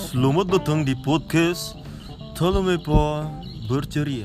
Selamat datang di podcast Telemepa Berceria.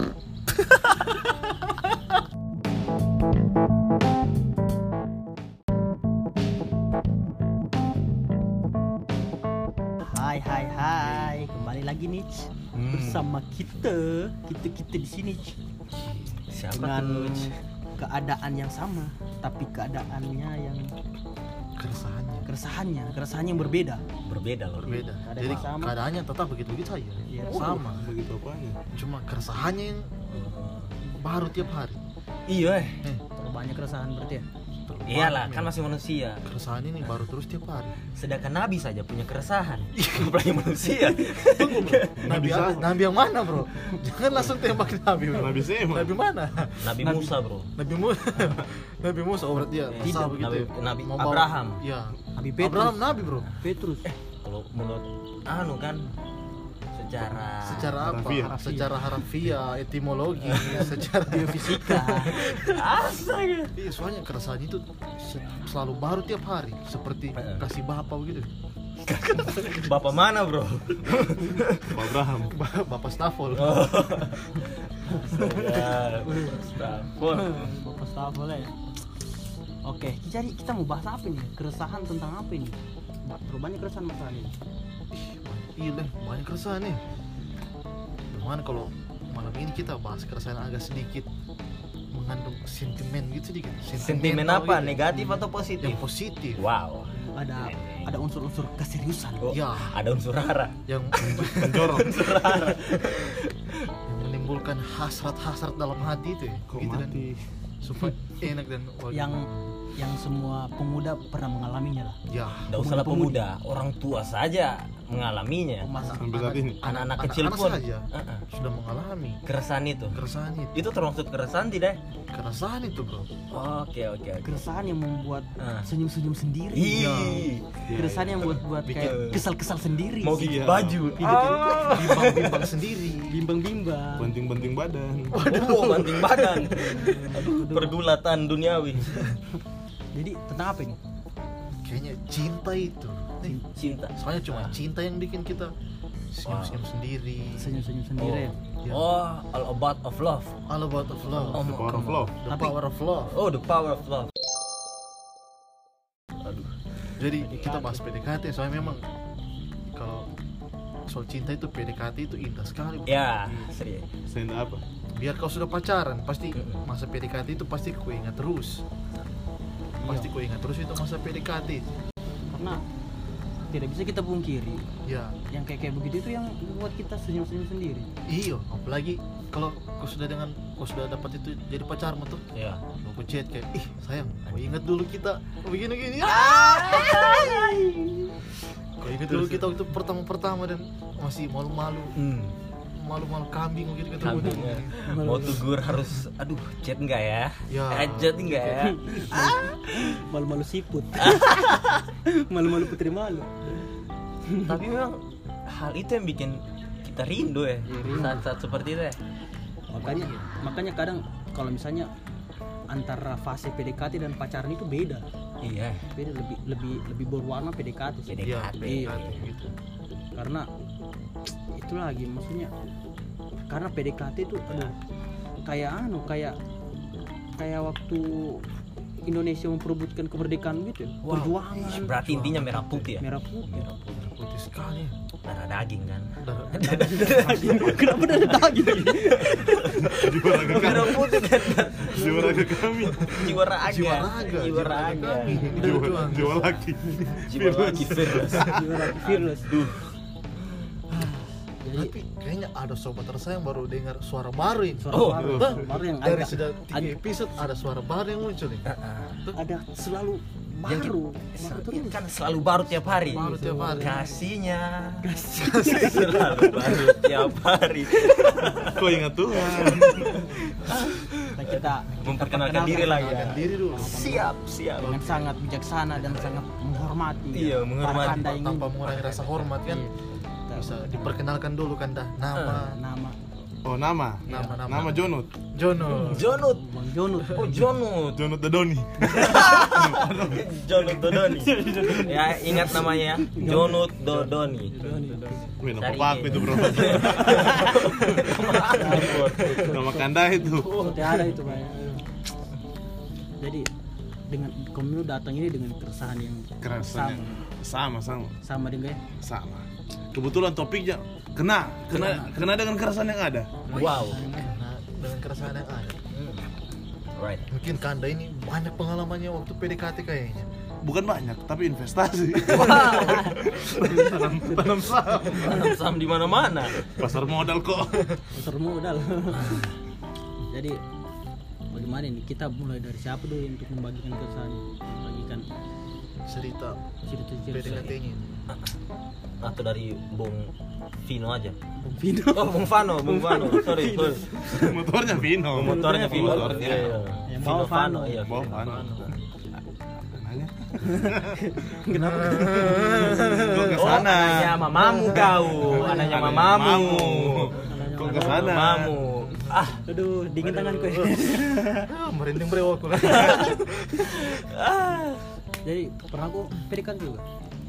Hai, kembali lagi nih bersama kita di sini Siapa dengan tuh? keadaan yang sama, tapi keadaannya yang keresahannya yang berbeda. Berbeda. Keadaan Jadi yang sama. keadaannya tetap begitu saja. Iya, Sama. Begitu apanya? Cuma keresahannya yang baru tiap hari. Iya. Terlalu banyak keresahan berarti ya. Iyalah, kan masih manusia. Keresahan ini baru terus tiap hari. Sedangkan Nabi saja punya keresahan. Apalagi manusia. Nabi yang mana, bro? Jangan langsung tembak Nabi, bro. Nabi Sema. Nabi mana? Nabi Musa, bro. Nabi Musa, oh berarti ya. Tidak, begitu ya. Nabi Mau bawa- Abraham. Iya. Nabi Petrus. Abraham Nabi, bro. Petrus. Kalau menurut kan Secara apa? Harafiah. Secara harafiah, etimologi, secara Geofisika. astaga. Iya, soalnya keresahan itu selalu baru tiap hari, seperti kasih bapak begitu. Bapak mana, bro? Pak Abraham. Bapak Staffel. Ya. Bapak Stafel ya. Oke, jadi kita mau bahas apa nih? Keresahan tentang apa ini? Terlalu banyak keresahan masalah ini. Iya deh, banyak keresahan nih. Bagaimana kalau malam ini kita bahas keresahan agak sedikit mengandung sentimen gitu sedikit. Sentimen Sentimental apa? gitu. Negatif atau positif? Yang positif. Wow. Ada unsur-unsur keseriusan. Oh, Ya. ada unsur hara. Yang Mencorong. yang menimbulkan hasrat-hasrat dalam hati itu ya. Kok Gitu kan. mati? Supaya enak dan yang semua pemuda pernah mengalaminya lah. ya. Nggak usahlah pemuda, orang tua saja mengalaminya. Sampai saat ini. Anak-anak kecil anak-anak pun saja sudah mengalami keresahan itu. keresahan itu. Itu termasuk keresahan tidak? Keresahan itu, bro. Oke. Keresahan yang membuat Ah. senyum-senyum sendiri. Ih, Keresahan yang buat kayak kesal-kesal sendiri. mau gigit Iya. baju. Bimbang-bimbang sendiri. bimbang-bimbang. Banting-banting badan. Waduh, banting badan. Aduh, pergulatan duniawi. Jadi tentang apa ini? Kayaknya cinta itu. Nih, Cinta. soalnya cuma cinta yang bikin kita senyum-senyum sendiri. Senyum-senyum sendiri. Ya. Oh, all about of love. All about of love. Oh, The power of love. The power of love. Oh, the power of love. Jadi kita bahas PDKT soalnya memang kalau soal cinta itu PDKT itu indah sekali. Bro. Ya, serius. Senda apa? Biar kau sudah pacaran pasti masa PDKT itu pasti kau ingat terus. Pasti kau ingat terus itu masa PDKT. Karena tidak bisa kita pungkiri, Ya, yang kayak begitu itu yang membuat kita senyum-senyum sendiri. iyo. Apalagi kalau kau sudah dapat itu jadi pacarmu tuh. Ya. Kau chat kayak, ih sayang, kau ingat dulu kita begini-gini. Kau ingat dulu kita waktu pertama dan masih malu-malu. Malu-malu kambing gitu Kambing, ya. Mau tegur harus, aduh, chat enggak ya? Ya. Chat enggak ya? Malu-malu siput. Malu-malu putri malu. Tapi memang hal itu yang bikin kita rindu ya. Saat-saat seperti itu ya. Makanya kadang kalau misalnya antara fase PDKT dan pacaran itu beda. Iya. Beda lebih berwarna PDKT sih. Iya, PDKT. PDKT gitu. Karena itu lagi maksudnya karena PDKT itu kayak waktu Indonesia memperebutkan kemerdekaan gitu ya. Wow. Perjuangan Berarti intinya merah putih ya? merah putih. Putih sekali. Darah daging kan? Kenapa dari daging? Jiwa raga kami. Merah putih kan? Jiwa raga kami. Jiwa raga. Jiwa raga. Jiwa laki. Jiwa lagi fearless. Virus. Tapi kayaknya ada sobat tersayang baru dengar suara baru ini. Suara Oh. baru yang Dari agak sudah 3 episode ada suara baru yang muncul nih. ada selalu baru terus. Kan selalu baru tiap hari. Baru tiap hari. Kasihnya. Selalu baru tiap hari. Kau ingat Tuhan. Nah, kita Memperkenalkan diri lagi ya. Kenalkan diri dulu. Siap. dengan sangat bijaksana dan sangat menghormati. Iya, menghormati. Para kanda ini. Tanpa mengurangi rasa hormat kan. Iya. Bisa diperkenalkan dulu kan dah nama, Nama Oh, nama Jonut. Jono. Jonut. Bang Jonut. Oh, Jonut. Jonut Dodoni. Jonut Dodoni. Ya, ingat namanya ya. Jonut Dodoni. Wih, nama paku itu, Bro. Nama kanda itu. Ada itu Pak. Jadi dengan kamu datang ini dengan keresahan yang Kerasanya sama. sama dengan Sama. Kebetulan topiknya kena dengan keresahan yang ada. Wow. Nah, dengan keresahan yang ada. Right. Mungkin Kanda ini banyak pengalamannya waktu PDKT kayaknya. Bukan banyak, tapi investasi. Wow. Tanam saham. Tanam saham di mana-mana. Pasar modal kok. pasar modal. Jadi bagaimana nih kita mulai dari siapa dulu untuk membagikan keresahan, membagikan Cerita cerita-cerita PDKT-nya. Atau dari Bung Vino aja. Bung Vino. Oh, Bung Vano. Sorry. Motornya Vino. Motornya Vino. Motornya. Iya. Yang Vino bawa Vano. Iya, Bawa Vino Vano. Nanya. Kenapa? Kok ke Oh, sana? anaknya mamamu kau. Anaknya mamamu. Kok ke sana? Mamamu. Ah, Aduh, dingin tanganku. Merinding brewok. Jadi pernah aku PDKT juga.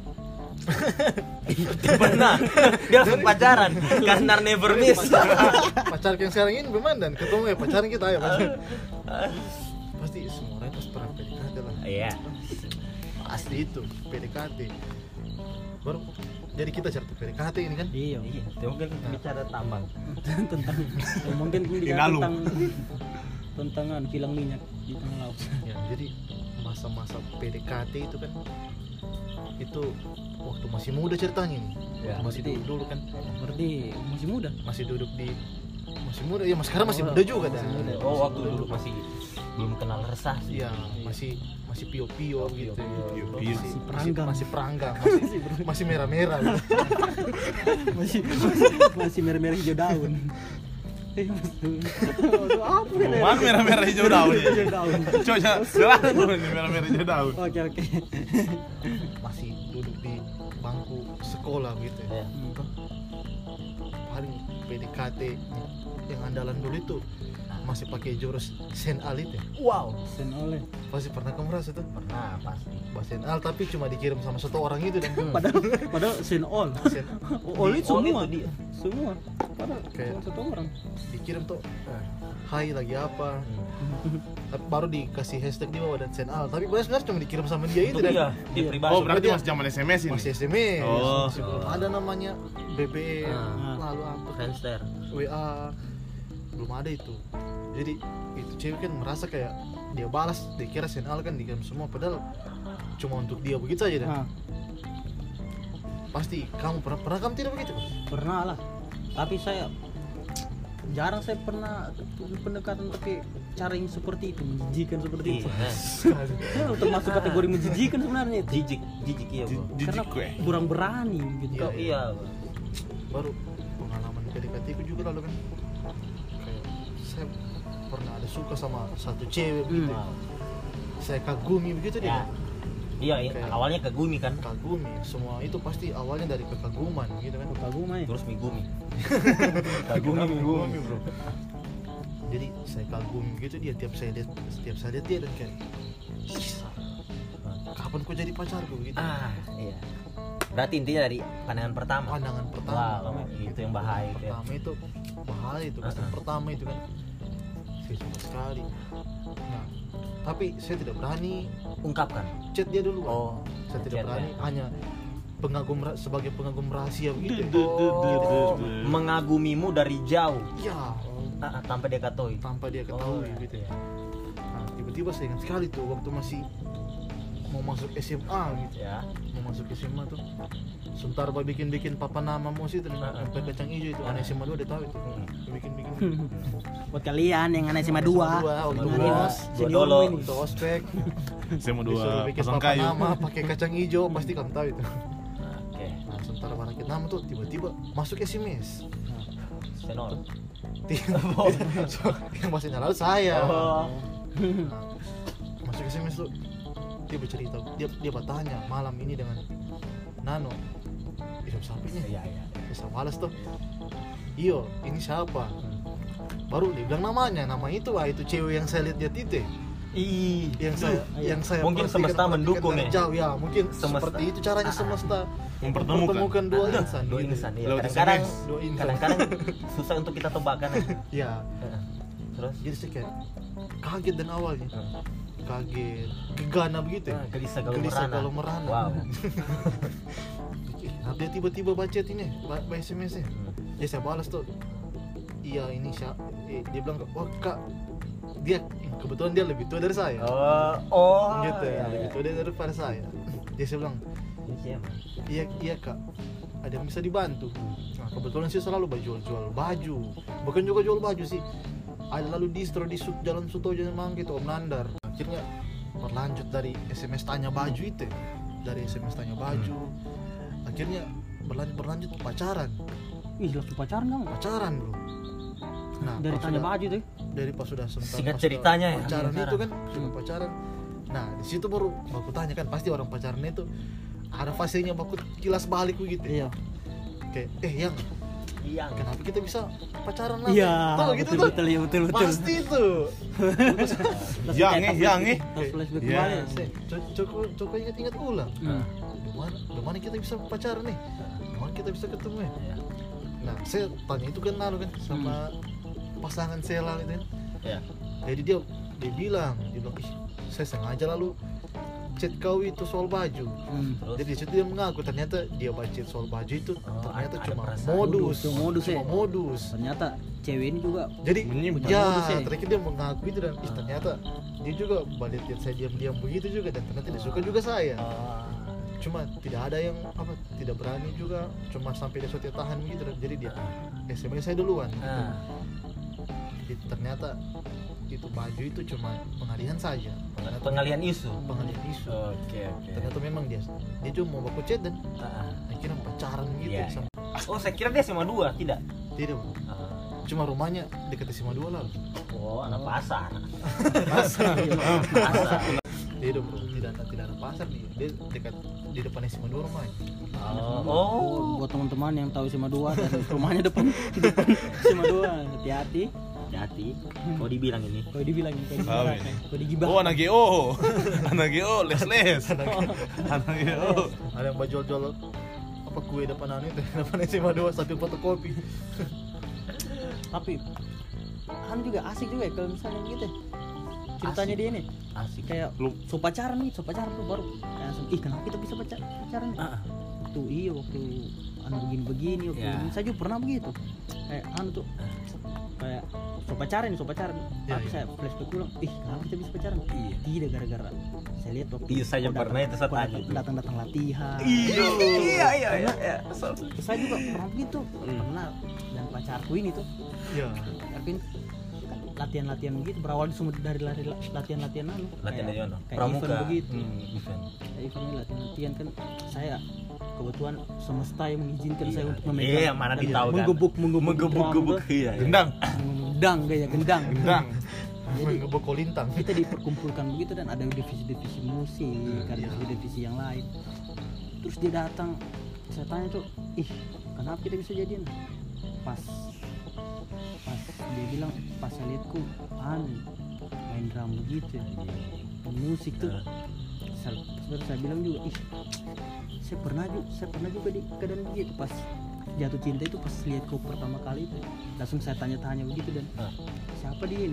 pernah. Dia langsung pacaran karena never miss. Pacar yang sekarang ini bagaimana dan ketemu ya pacaran kita ya pacar. Pasti semua orang pasti pernah PDKT lah. Iya. Pasti itu PDKT. Baru jadi kita cerita PDKT ini kan. Iya. Dia mungkin bicara tambang. Tentang mungkin bicara Inalum. tentang kilang minyak di tengah laut. Ya, jadi masa-masa PDKT itu kan itu waktu masih muda ceritanya nih. Ya, Waktu masih berarti- dulu kan Berarti masih muda. masih duduk di masih muda ya, mas sekarang masih muda juga dah. Oh, waktu dulu masih belum kenal resah sih. Iya, masih pio-pio gitu. Pio-pio. Masih peranggang, masih merah-merah. Gitu. masih merah-merah hijau daun. Mana merah-merah hijau daun ya? Hijau daun. Coba jelasin dulu nih merah-merah hijau daun. Oke. Masih duduk di bangku sekolah gitu. Ya. Paling PDKT yang andalan dulu itu masih pakai jurus Senal itu. Wow. Sen oleh. Pasti pernah kamu rasa tuh? Pernah pasti. Bahasa Senal tapi cuma dikirim sama satu orang itu dan Padahal sen all. Sen- All itu All semua. itu dia. Semua. Padahal Kayak- cuma satu orang. dikirim tuh hai lagi apa, tapi baru dikasih hashtag di bawah dan Senal, tapi sebenarnya cuma dikirim sama dia itu Itu dan dia, dia pribadi. Oh, berarti Dia- masih zaman SMS ini. masih SMS, Oh. masih belum ada namanya BBM, Ah. lalu apa Friendster. WA, belum ada itu. Jadi itu cewek kan merasa kayak dia balas, dia kira Senal kan dikirim semua, padahal cuma untuk dia begitu aja dan Nah, pasti kamu pernah kamu tidak begitu? pernah lah. Tapi saya jarang saya pernah pendekatan pakai cara yang seperti itu, menjijikan seperti itu. Iya. Ya, termasuk kategori menjijikan sebenarnya itu. Jijik iya, Bro. Karena Jijik gue. kurang berani gitu. Iya. Iya. Baru pengalaman PDKT ku juga lalu kan kayak saya pernah ada suka sama satu cewek begitu. Wow. Saya kagumi begitu Ya. dia. Iya, Kayak- awalnya kagumi kan. Kagumi, semua itu pasti awalnya dari kekaguman gitu kan. Kagum aja. Terus migumi. Kagumi bro. Jadi saya kagumi gitu dia, tiap saya lihat dia dan kayak ih, kapan kau jadi pacarku gitu. Ah, iya. Berarti intinya dari pandangan pertama. Pandangan pertama. Wow, itu yang bahaya itu ya. Pertama itu bahaya itu, kesan pertama itu kan. Saya suka sekali. Nah, tapi saya tidak berani Ungkapkan. chat dia dulu. Kan. Oh, Saya tidak chat berani, ya. hanya sebagai pengagum rahasia begitu. Oh, mengagumimu dari jauh. Iya, Tanpa dia ketahui. tanpa dia ketahui iya, gitu. iya. Nah, tiba-tiba saya ingat sekali tuh waktu masih mau masuk SMA gitu. Ya. Mau masuk SMA tuh. Sebentar bah bikin papa nama mus itu yang pakai kacang hijau itu. Anak SMA 2 udah tahu itu. Bikin. Buat kalian yang anak SMA 2, Dua dolo. Untuk ospek. Saya mau Disuruh dua bikin pasang papa kayu. nama pakai kacang hijau, pasti kamu tahu itu. Oke. Nah, sementara rakit nama tuh tiba-tiba masuk SMS. Senol. Yang masih lalu saya. Oh. Nah, masuk SMS tuh dia bercerita, dia bertanya malam ini dengan Nano, siapa sapinya? Iya, iya. Bisa balas tuh. Iyo, ini siapa? baru dia bilang namanya, nama itu itu cewek yang saya lihat itu. Yang saya mungkin perhatikan semesta mendukung dari ya. jauh ya, mungkin Semesta. seperti itu caranya semesta Mempertemukan. dua insan. Dua gitu. insan ya. Lewat Kadang-kadang SMS, dua insan. kadang-kadang susah untuk kita tebakkan ya. Ya, Terus jadi saya kayak kaget dan awalnya kaget, gegana begitu ya. gelisah Gelisah kalau kalau merana. Wow. Nah, dia tiba-tiba baca ini, baca SMS-nya. Ya saya balas tuh. Iya ini dia bilang, "Wah, Kak, dia kebetulan dia lebih tua dari saya." Gitu ya, lebih tua daripada saya. Dia saya bilang, "Iya Kak, ada yang bisa dibantu." Nah, kebetulan sih selalu jual baju. Bukan juga jual baju sih. Ada lalu distro di Jalan Sutojo Mang gitu, Om Nandar. Akhirnya berlanjut dari SMS tanya baju itu. Dari SMS tanya baju. Akhirnya berlanjut pacaran. Ih, langsung pacaran kamu? Pacaran, Bro. Nah, Dari pas tanya sudah- baju tuh. dari pas sudah sebentar Singkat pas ceritanya sudah ya, pacaran pacaran. itu kan sudah pacaran. Nah di situ baru aku tanya kan, pasti orang pacaran itu ada fasenya baku kilas balik begitu. Iya. Kayak yang kenapa kita bisa pacaran lagi? Iya. Tuh gitu Betul tuh. betul ya betul. Pasti tuh. Yang Terus flashback Iya. kembali. Coba ingat ulang. Hmm. Dimana kita bisa pacaran nih? Dimana kita bisa ketemu ya? Nah saya tanya itu kan lalu kan sama pasangan saya lah itu kan. Ya. Jadi dia bilang, ih saya sengaja lalu chat kau itu soal baju. Terus? Jadi di situ dia mengaku ternyata dia baca soal baju itu ternyata ada cuma perasaan. modus. Itu modus ya. Cuma modus. Ternyata cewek ini juga Jadi Menyimpan ya modus ya. terakhir dia mengaku itu dan ternyata dia juga balik lihat saya diam-diam begitu juga dan ternyata dia suka juga saya. Cuma tidak ada yang tidak berani juga, cuma sampai dia suatu tahan begitu dan jadi dia SMS saya duluan. Jadi ternyata itu baju itu cuma pengalihan saja. Pengalihan isu. Pengalihan isu. Oke. Ternyata memang dia cuma mau baku chat dan akhirnya pacaran gitu. Iya. Sama, Oh, saya kira dia SMA 2, tidak. tidak Bro. Cuma rumahnya dekat SMA 2 lah. Oh, anak pasar. Pasar. Pasar. Tidak Bro, tidak ada pasar nih. Dia dekat di depan SMA 2 rumahnya. Oh. buat teman-teman yang tahu SMA 2 dan rumahnya depan SMA 2, hati-hati. Kau dibilang ini. Kau dibilang Amin. kau digibah. Oh, anak GO. Anak GO les. Anak GO. Ada yang jual kue depan itu depan SMA 2 sambil fotokopi. Tapi juga asik juga ya kalau misalnya gitu. Ceritanya Asik. dia nih Asik. kayak Lu- so pacaran tuh baru kayak langsung, kenapa kita bisa pacaran nih? Waktu begini waktu Ya. ini saya juga pernah begitu kayak kayak so pacaran Ya, tapi ya. saya flashback ulang, kenapa kita bisa pacaran? Iya. Tidak gara-gara saya lihat waktu Iya, saya kau pernah itu saat tanya itu. datang latihan. Iya. Saya juga pernah begitu pernah, dan pacarku ini tuh Iya. tapi kan latihan begitu berawal dari latihan Latihan kayak- dari mana? kayak Pramuka. event begitu. Event. Kayak event latihan kan saya kebetulan semesta yang mengizinkan Iya. saya untuk Iya, mana dan ditahu kan. menggebuk Iya. Gendang. gendang. Jadi Mengebok kolintang. kita diperkumpulkan begitu dan ada divisi-divisi musik, ada iya. divisi-divisi yang lain. Terus dia datang, saya tanya tuh, kenapa kita bisa jadian? Pas dia bilang, pas saya lihatku main drum begitu ya, main musik tuh. Saya bilang juga, saya pernah juga di keadaan begitu. Pas jatuh cinta itu pas lihat kau pertama kali itu, langsung saya tanya-tanya begitu dan siapa dia?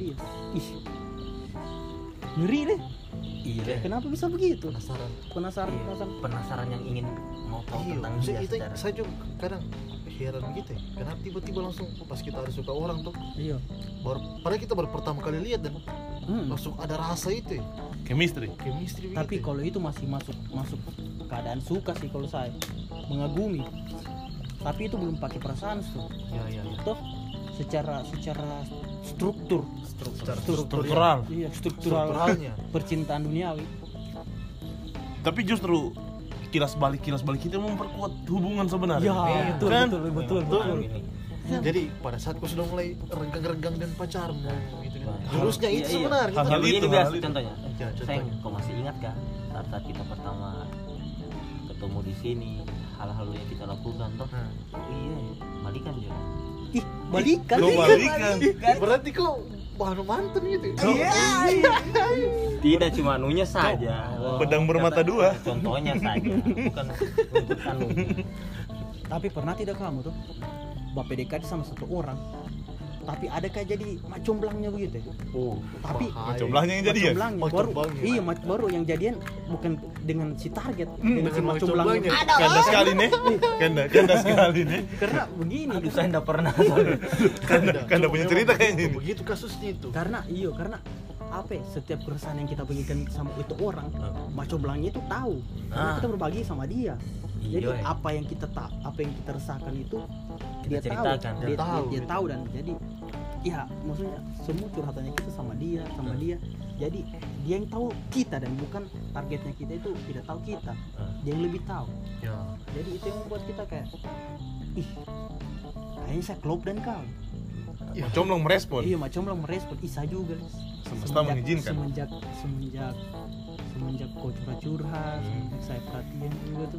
Ngeri deh. Iya. Kenapa bisa begitu? Penasaran. Penasaran. Yang ingin mau tahu Iya, tentang maksudnya dia itu secara. saya juga kadang heran gitu ya. Kenapa tiba-tiba langsung pas kita ada suka orang tuh Iya. padahal kita baru pertama kali lihat dan Hmm. langsung ada rasa itu ya. Chemistry. Chemistry begitu. Tapi ya. kalau itu masih masuk keadaan suka sih kalau saya, mengagumi. Tapi itu belum pakai perasaan tuh. Ya. Toh secara struktur. Secara Struktural. Iya, struktural strukturalnya. percintaan duniawi. Tapi justru kilas balik itu memperkuat hubungan sebenarnya. Ya, betul, Kan? betul. Ini. Jadi pada saat kau sudah mulai renggang-renggang dan pacarmu gitu kan. Wah. Harusnya itu Iya. sebenarnya. Hal-hal Yang begini itu, biasa hal itu. contohnya. Ya, contohnya. Sayang, kau masih ingat kan saat kita pertama ketemu di sini hal-hal yang kita lakukan toh. Iya, balikan juga. Ih, balikan. Kau balikan. Berarti kok bahan mantan gitu. Tidak cuma anunya saja. Pedang bermata dua. Contohnya saja, bukan untuk anu. Tapi pernah tidak kamu tuh PDKT sama satu orang, tapi ada kayak jadi macomblangnya begitu ya? Tapi Macomblangnya yang jadian. macomblangnya baru, Macomblangnya. iya baru yang jadian bukan dengan si target, dengan si dengan macomblangnya. macomblangnya. Kanda sekali nih. Kanda sekali nih. Karena begini, Aduh, saya enggak pernah. Kanda punya cerita kayaknya ini. Begitu kasusnya itu. karena apa ya, setiap keresahan yang kita bagikan sama itu orang, macomblangnya itu tahu, karena kita berbagi sama dia. Jadi Iya, apa yang kita resahkan itu dia tahu, ceritakan. dia tahu dan jadi ya maksudnya semua curhatannya kita sama dia, jadi dia yang tahu kita dan bukan targetnya kita itu tidak tahu kita, dia yang lebih tahu. Ya. Jadi itu yang membuat kita kayak kayaknya saya klop dan kau. Comblang merespon. Iya, macomblang merespon, saya juga. Semesta mengizinkan. Semenjak kau curhat, semenjak saya perhatian juga tuh.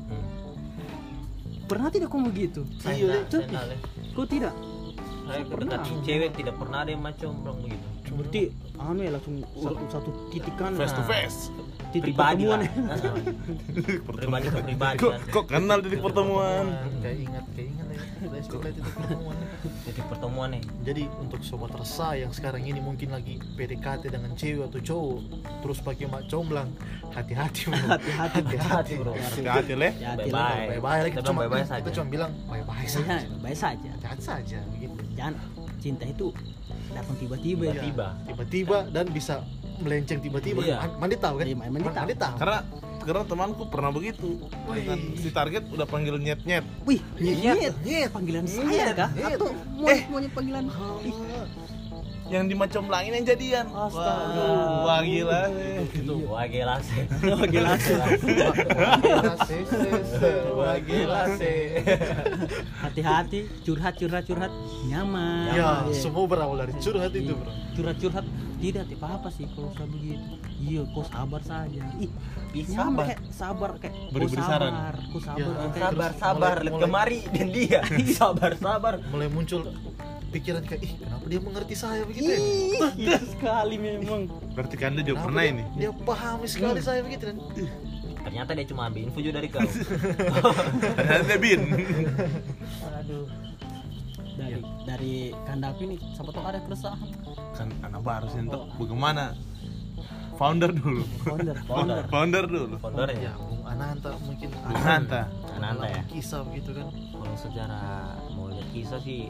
Pernah tidak kau begitu? Saya Tuh, enggak. kau tidak? Saya pernah. kedekati cewek tidak pernah ada yang macomblong begitu. Berarti ya langsung satu titikan Face to face. titik Pribadi lah. pertemuan. Pribadi ke pribadi kan. Kok kenal titik pertemuan? Kayak ingat ya. Setelah itu pertemuan. Titik pertemuan nih. Jadi untuk sobat resah yang sekarang ini mungkin lagi PDKT dengan cewek atau cowok terus pakai macomblang, hati-hati bro. Hati-hati. Bro. Hati-hati leh. Ya, Bye-bye. Bye-bye lagi Kita bilang bye-bye kita saja. cuma bilang bye-bye saja. Baik saja. Hati-hati saja begitu. Jangan cinta itu datang tiba-tiba ya. Tiba. Tiba-tiba dan bisa melenceng tiba-tiba. Iya. Mandi tahu kan? Iya, Mandi tahu. Mandi tahu. Karena temanku pernah begitu. Dengan si target udah panggil nyet-nyet. Wih, Nyet. panggilan saya kah? Nyet. Atau monyet panggilan? Ih, Yang dimacomblangin yang jadian. Astaga. Wah gila. Wah gila sih. gila sih. Wah gila sih. Hati-hati, curhat nyaman. Ya, Iya. semua berawal dari curhat itu, bro. Curhat tidak apa-apa sih kalau saya begitu. Iya, kau sabar saja. Ih, Sabar. kayak sabar kayak Beri saran. Kau sabar. Ya, kayak- Sabar, mulai- kemari dan dia. Sabar. Mulai muncul pikiran kayak kenapa dia mengerti saya begitu ya? Gila sekali memang. Berarti Kanda juga Kenapa pernah dia- ini. Dia pahami sekali saya begitu dan Ternyata dia cuma ambil info juga dari kau. Ternyata Bin. Aduh. Dari Kandapi nih, siapa tahu ada keresahan. Kan anak baru sih untuk bagaimana? Founder dulu. Founder dulu. Foundernya. ya Bung Ananta mungkin Ananta. Ananta ya. kisah begitu kan. Kalau secara mau lihat kisah sih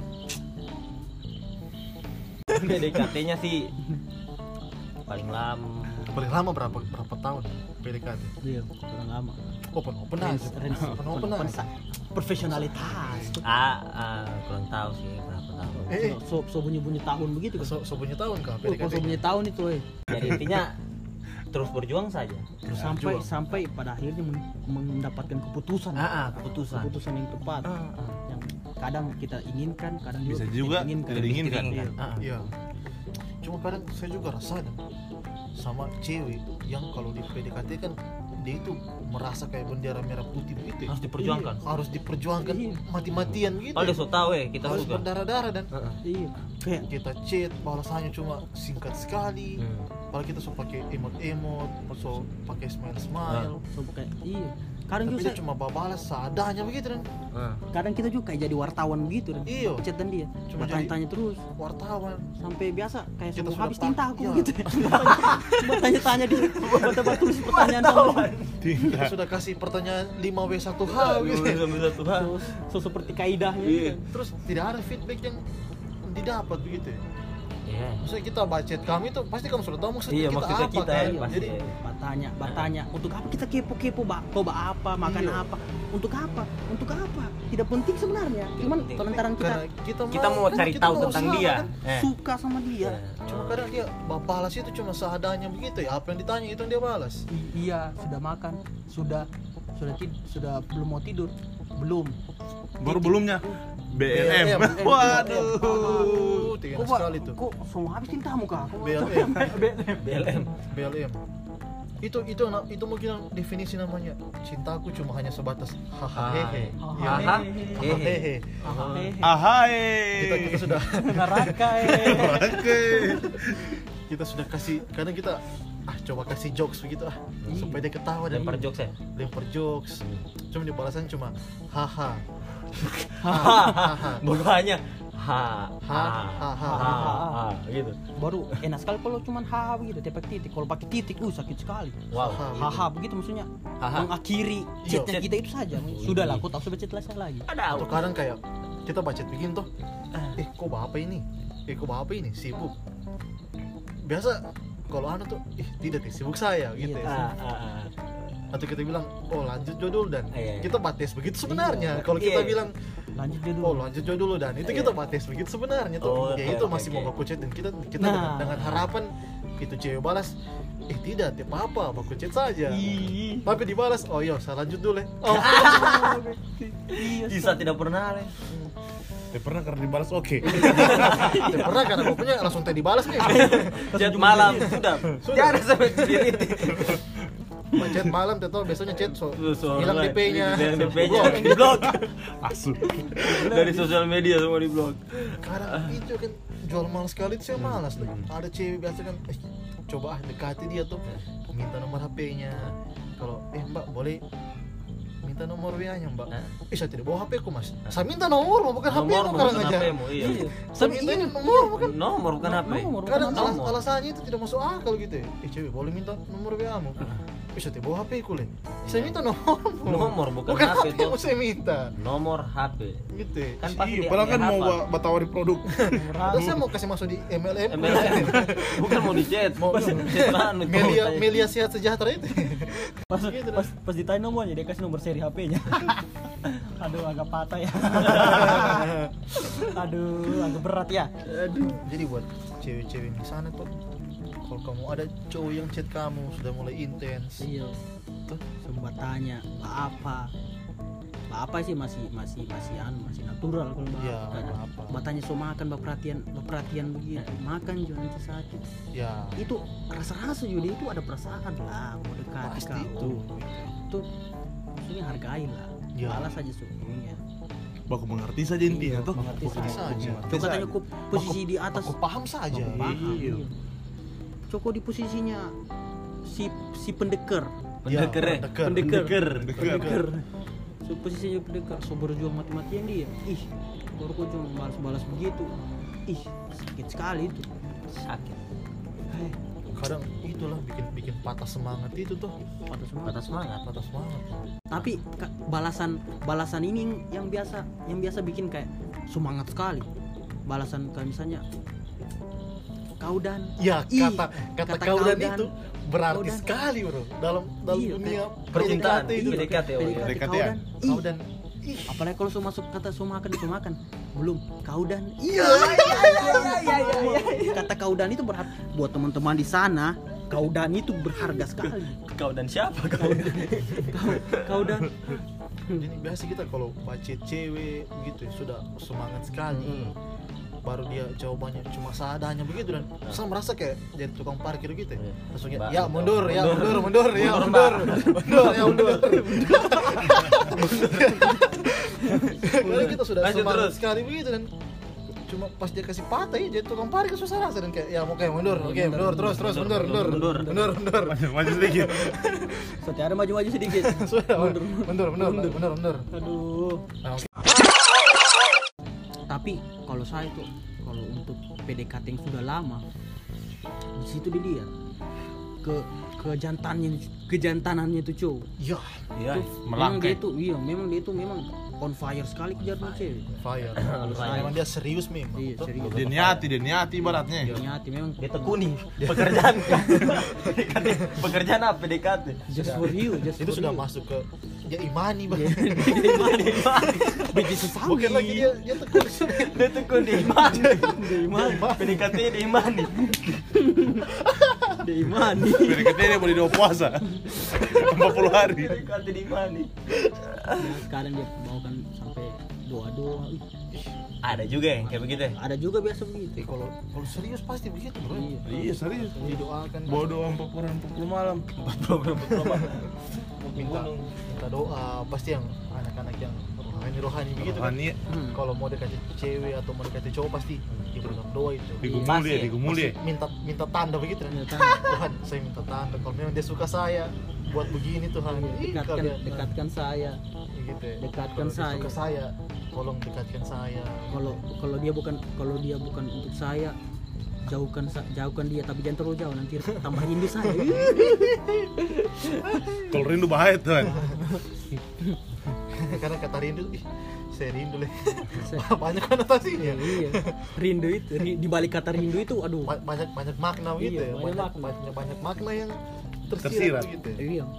PDKT-nya sih paling lama Berapa tahun PDKT? Iya, kurang lama. Open aja. Open aja. Profesionalitas. kurang tahu sih berapa tahun. So bunyi tahun begitu kan? So punya tahun kah So PDKT? bunyi tahun itu, Jadi intinya terus berjuang saja. Terus sampai pada akhirnya mendapatkan keputusan. Keputusan. Yang tepat. Yang kadang kita inginkan, kadang Bisa kita juga inginkan. tidak diinginkan. Iya. Iya. Cuma kadang saya juga rasa sama cewek yang kalau di PDKT kan dia itu merasa kayak bendera merah putih begitu. Harus diperjuangkan. Harus diperjuangkan Iya. mati-matian gitu. Kalau dia so tahu kita Harus suka. berdarah-darah dan Iya. Kayak kita chat balasannya cuma singkat sekali. Kalau kita so pakai emot-emot, so pakai smile-smile. so kayak iya. Kadang Tapi juga dia cuma balas seadanya begitu dan kadang kita juga kayak jadi wartawan begitu dan Iya. chat dan dia Cuma bertanya-tanya terus wartawan. sampai biasa kayak Kita sebelum sudah habis tinta aku iya. gitu. Cuma tanya-tanya dia, coba tulis pertanyaan sama Kita sudah kasih pertanyaan 5W1H gitu. so seperti kaidahnya. Iya. gitu. Terus tidak ada feedback yang didapat begitu ya. Iya. Maksudnya kita baca kami tuh pasti kamu sudah tahu maksudnya Iya, kita maksudnya apa kita kan. ya, pasti. Jadi Bertanya untuk apa kita kepo kau apa makan Iya. apa untuk apa tidak penting sebenarnya cuman penting. lantaran karena Kita mau cari kita tahu mau tentang usaha, dia. kan. suka sama dia. Cuma kadang dia balas itu cuma seadanya begitu ya. Apa yang ditanya itu yang dia balas. Iya, sudah makan, sudah belum mau tidur, belum. Baru belumnya BLM. BLM. Waduh. Tiga sekali tuh. Kok semua habis cintamu kah? BLM. BLM. BLM. Itu mungkin definisi namanya cintaku cuma hanya sebatas hahaha hehe. Haha, hehe. Ahai. Kita sudah Neraka Oke. kita sudah kasih, kadang kita coba kasih jokes begitu supaya dia ketawa dan Lempar jokes ya. lempar jokes. Cuma di balasan cuma haha. Bukannya gitu. Baru enak sekali kalau cuman haha begitu tiap titik. Kalau pakai titik sakit sekali. Wow. Haha begitu maksudnya Haha. mengakhiri Iya. chatnya kita itu saja. Sudahlah, aku tak usah baca tulisan lagi. Atau kadang kayak kita baca bikin tuh, kok apa ini? Kok apa ini? Sibuk. Biasa kalau tuh, tidak sibuk saya gitu ya. Atau kita bilang, lanjut judul dan Iya. kita batas begitu sebenarnya. Kalau kita Iya. bilang, Lanjut dulu. lanjut judul dan itu kita batas begitu sebenarnya tuh. Oh, Ya itu oke, masih oke. mau baku chat dan kita Nah. dengan harapan itu cewek balas, tidak apa-apa, baku chat saja. Tapi dibalas, saya lanjut dulu ya. Bisa tidak pernah le. Dia pernah karena dibalas oke. Tidak pernah karena pokoknya langsung tadi dibalas nih. Chat malam sudah. Tiada sampai diri. Chat malam tetap biasanya chat Soal hilang lain. DP-nya. Hilang DP-nya di blok. Asu. Dari sosial media semua di blok. Kadang itu kan jual mahal sekali itu saya malas lagi. Ada cewek biasa kan coba dekati dia tuh, minta nomor HP-nya. Kalau Mbak boleh minta nomor WA-nya Mbak. Saya tidak bawa HP ku Mas. Saya minta nomor bukan HP Nomor mu bukan kadang aja. HP-mu, iya. Saya minta nomor bukan. Nomor bukan HP. Kadang nomor. alasannya itu tidak masuk akal gitu ya. Cewek boleh minta nomor WA-mu. Saya tidak bawa HP ku le. Saya minta nomor. Nomor bukan bukan HP HP tuh. saya minta. Nomor HP. Gitu ya. Kan pasti Iya, dia padahal kan mau hafal. batawari produk. Padahal saya mau kasih masuk di MLM. MLM. Bukan mau di chat. Mau Chat anu, Melia sehat sejahtera itu. Gitu dah. Pas ditanya nomornya dia kasih nomor seri HP-nya. Aduh, agak patah ya. Aduh, agak berat ya. Jadi buat cewek-cewek di sana tuh, kalau kamu ada cowok yang chat kamu sudah mulai intens, Iya. Tuh, sempat tanya, apa? Apa sih masih natural kalau Iya, apa. Batanya so makan perhatian begitu. Makan juga nanti sakit. ya Itu rasa-rasa juga itu ada perasaan lah mau dekati pasti kau. itu. Itu maksudnya hargain lah. Iya. Balas aja semuanya. Baku mengerti saja intinya tuh. Mengerti Mengerti saja. Coba tanya aku posisi di atas. Aku paham saja. Aku paham. Iya. Iya. Coba di posisinya si pendekar. Ya, Pendekar. So, posisinya pendekar, so berjuang mati-matian dia. Baru kau cuma balas-balas begitu. Sakit sekali itu. Sakit. Kadang itulah bikin patah semangat itu tuh. Patah semangat. Patah semangat. Tapi balasan ini yang biasa bikin kayak semangat sekali. Balasan kayak misalnya kau dan Ya, kata kau dan itu berarti Kau dan. sekali bro dalam Iya, dunia Percintaan. PDKT itu. PDKT, oh iya. PDKT kau ya? dan. Kau dan Apalagi kalau so masuk kata so makan belum kau dan. iya. Kata kau dan itu berharga buat teman-teman di sana. Kau dan itu berharga sekali. Kau dan siapa kau? Kau dan. Jadi biasa kita kalau baca cewek gitu ya, sudah semangat sekali. Baru dia jawabannya cuma seadanya begitu dan saya merasa kayak jadi tukang parkir gitu ya. Langsung Mbak, ya mundur. mundur, Karena kita sudah Lanjut semangat terus. sekali begitu dan cuma pas dia kasih patah ya jadi tukang parkir susah rasa dan kayak ya oke mundur terus mundur. Maju sedikit. Setiap ada maju-maju sedikit. Sudah mundur. Aduh. Nah, oke. Tapi kalau saya tuh kalau untuk PDKT yang sudah lama di situ dilihat kejantanannya itu cowok. Ya, Iya. Memang dia Melangkai. itu memang on fire sekali kejar sama cewek. fire. Fire. Memang dia serius memang. Iya, Tuh. serius. Dia niati ibaratnya. Niati memang Dia tekuni pekerjaan. Pekerjaan apa PDKT? just for you, just Itu for sudah you. masuk ke ya imani bang. Biji sesawi. Bukan lagi dia tekun. Dia tekuni iman. PDKT di iman. Di mana? PDKT dia boleh doa puasa 40 hari. PDKT di mana? Kadang dia bawakan sampai doa-doa. Ih, Ada juga yang kayak begitu ya? ada juga biasa begitu. Kalau serius pasti begitu, bro. Iya. Iya serius. Didoakan. Bawa doa 40 malam. minta doa pasti yang anak-anak yang rohani begitu kan. Rohani. Kalau mau dekati cewek atau mau dekati cowok pasti diberikan doa itu. Digumul dia. Minta tanda begitu kan. Minta tanda. Tuhan, saya minta tanda kalau memang dia suka saya buat begini Tuhan. Dekatkan saya. Gitu ya. Dekatkan Kalau dia saya. suka saya, tolong dekatkan saya. Kalau dia bukan untuk saya, jauhkan dia, tapi jangan terlalu jauh, nanti tambah rindu saya. Kalau rindu bahaya tuh. Karena kata rindu, saya rindu leh. Banyak konotasinya. Iya, rindu itu di balik kata rindu itu, aduh. Banyak makna gitu Iya, ya. Banyak makna yang tersirat gitu. Iya.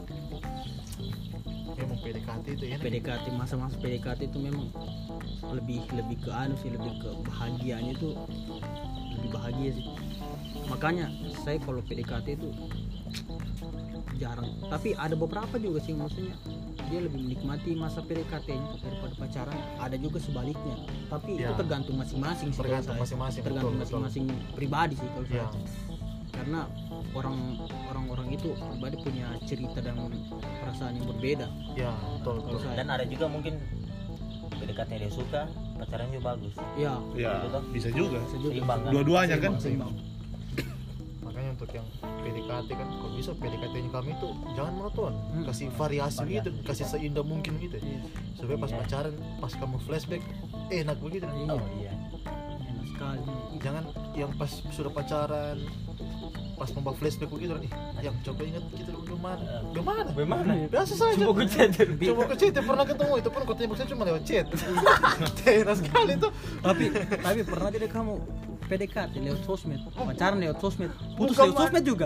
Memang PDKT itu ya. PDKT, masa-masa PDKT itu memang lebih ke anu sih, lebih ke bahagianya itu lebih bahagia sih. Makanya saya kalau PDKT itu jarang, tapi ada beberapa juga sih, maksudnya dia lebih menikmati masa PDKT-nya daripada pacaran. Ada juga sebaliknya, tapi itu tergantung masing-masing sih. Tergantung kalau saya. masing-masing, Tergantung betul. masing-masing pribadi sih kalau saya. Ya. Karena orang-orang itu pribadi punya cerita dan perasaan yang berbeda. Ya, betul. Kalau saya, Dan ada juga mungkin PDKT dia suka, pacaran juga bagus. ya Ya bisa juga. seimbang kan? Dua-duanya kan. Seimbang. Makanya untuk yang PDKT kan, kalau bisa PDKT-nya kami tuh jangan monoton, kasih variasi gitu, kasih seindah mungkin gitu, supaya pas pacaran, pas kamu flashback enak begitu. Iya. Oh iya. Enak sekali. Jangan yang pas sudah pacaran, pas membawa flashback begitu nih, yang coba ingat kita dulu gimana? Biasa saja. Coba Coba ke chat, pernah ketemu itu pun kota saya cuma lewat chat. Enak sekali tuh. tapi pernah tidak kamu PDKT lewat sosmed, pacaran lewat sosmed, putus Bukan, lewat sosmed juga?